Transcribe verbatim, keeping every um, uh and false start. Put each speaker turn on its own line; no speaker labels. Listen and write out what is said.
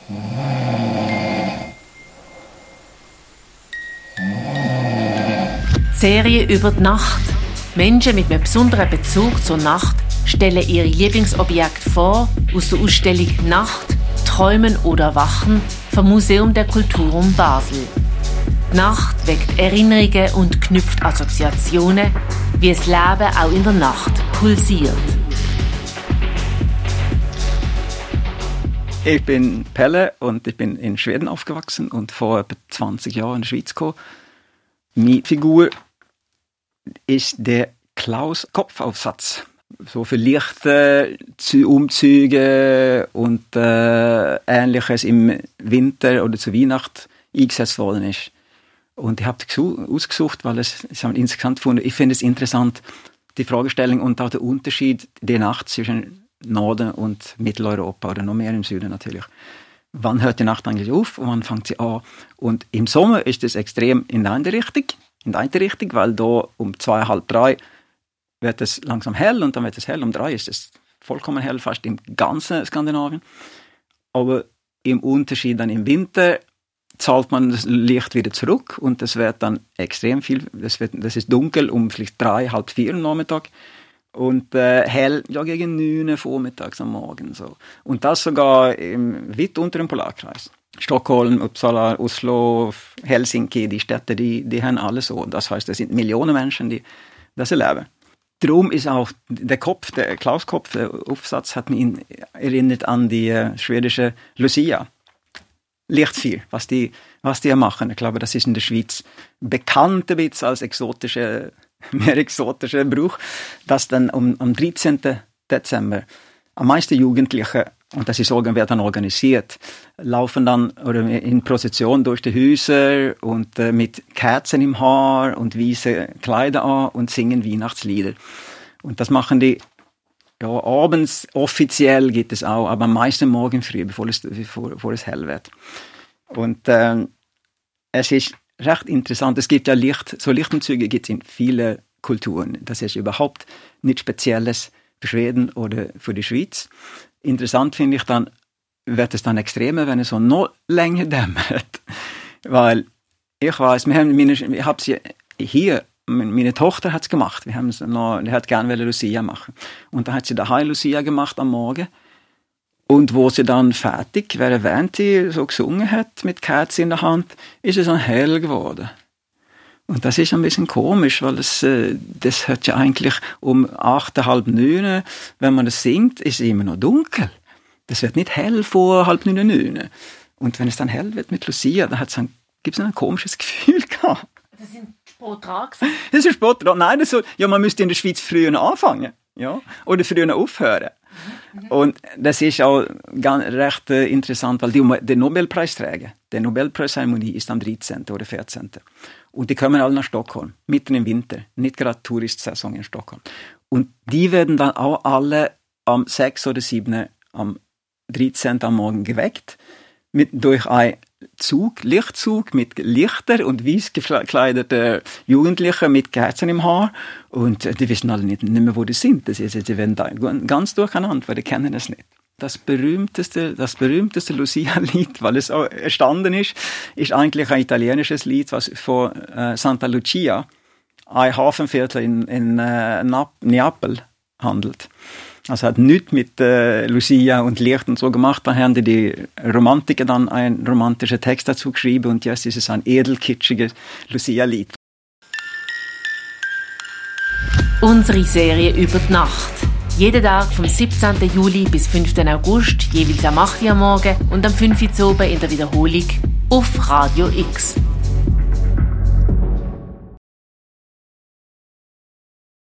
Serie über die Nacht. Menschen mit einem besonderen Bezug zur Nacht stellen ihre Lieblingsobjekte vor aus der Ausstellung Nacht, Träumen oder Wachen vom Museum der Kulturum Basel. Die Nacht weckt Erinnerungen und knüpft Assoziationen, wie das Leben auch in der Nacht pulsiert.
Ich bin Pelle und ich bin in Schweden aufgewachsen und vor etwa zwanzig Jahren in die Schweiz gekommen. Meine Figur ist der Klaus-Kopfaufsatz. So für leichte Umzüge und äh, Ähnliches im Winter oder zur Weihnacht eingesetzt worden ist. Und ich habe das ausgesucht, weil es, ich habe insgesamt gefunden, ich finde es interessant, die Fragestellung und auch der Unterschied der Nacht zwischen Norden und Mitteleuropa oder noch mehr im Süden natürlich. Wann hört die Nacht eigentlich auf und wann fängt sie an? Und im Sommer ist es extrem in die eine Richtung, in die eine Richtung, weil da um zwei, halb drei wird es langsam hell und dann wird es hell. Um drei ist es vollkommen hell, fast im ganzen Skandinavien. Aber im Unterschied dann im Winter zahlt man das Licht wieder zurück und es wird dann extrem viel, das, wird, das ist dunkel um vielleicht drei, halb vier am Nachmittag und äh, hell ja gegen neun vormittags am Morgen. So. Und das sogar im, weit unter dem Polarkreis. Stockholm, Uppsala, Oslo, Helsinki, die Städte, die, die haben alle so. Das heißt, es sind Millionen Menschen, die das erleben. Darum ist auch der Kopf, der Klaus-Kopf, der Aufsatz hat mich erinnert an die äh, schwedische Lucia. Lichtvieh, was die, was die machen. Ich glaube, das ist in der Schweiz bekannt ein bisschen als exotische, mehr exotischer Brauch, dass dann um, am dreizehnten Dezember am meisten Jugendliche, und das ist wird dann organisiert, laufen dann oder in Prozession durch die Häuser und äh, mit Kerzen im Haar und weiße Kleider an und singen Weihnachtslieder. Und das machen die ja, abends offiziell geht es auch, aber am meisten morgen früh, bevor es, bevor, bevor es hell wird. Und ähm, es ist recht interessant. Es gibt ja Licht, so Lichtumzüge gibt es in vielen Kulturen. Das ist überhaupt nichts Spezielles für Schweden oder für die Schweiz. Interessant finde ich dann, wird es dann extremer, wenn es so noch länger dämmert. Weil ich weiß, wir haben meine, ich habe sie hier, meine Tochter hat es gemacht. Wir haben es noch, die hat gerne Lucia machen. Und da hat sie daheim Lucia gemacht am Morgen. Und wo sie dann fertig, während sie so gesungen hat, mit Kerzen in der Hand, ist es dann hell geworden. Und das ist ein bisschen komisch, weil es, das hört ja eigentlich um acht, halb neun, wenn man das singt, ist es immer noch dunkel. Das wird nicht hell vor halb neun, neun. Und wenn es dann hell wird mit Lucia, dann gibt es ein komisches Gefühl gehabt.
Das sind Sporttrag?
Das ist Sporttrag. Nein, das so, ja, man müsste in der Schweiz früher anfangen, ja, oder früher aufhören. Mhm. Und das ist auch ganz recht äh, interessant, weil die, der Nobelpreisträger, der Nobelpreiszeremonie ist am dreizehnten oder vierzehnten Und die kommen alle nach Stockholm, mitten im Winter, nicht gerade Touristsaison in Stockholm. Und die werden dann auch alle am sechs oder sieben am dreizehnten am Morgen geweckt, mit, durch einen Zug, Lichtzug mit Lichter und weiß gekleidete Jugendliche mit Kerzen im Haar. Und die wissen alle nicht, nicht mehr, wo die sind. Das ist, die werden da ganz durcheinander, weil die kennen es nicht. Das berühmteste, das berühmteste Lucia-Lied, weil es auch erstanden ist, ist eigentlich ein italienisches Lied, was von äh, Santa Lucia, ein Hafenviertel in, in äh, Neapel, handelt. Also hat nichts mit äh, Lucia und Licht und so gemacht. Da haben die, die Romantiker dann einen romantischen Text dazu geschrieben und jetzt ist es ein edelkitschiges Lucia-Lied.
Unsere Serie über die Nacht. Jeden Tag vom siebzehnten Juli bis fünften August, jeweils am acht Uhr am Morgen und am fünf Uhr oben in der Wiederholung auf Radio X.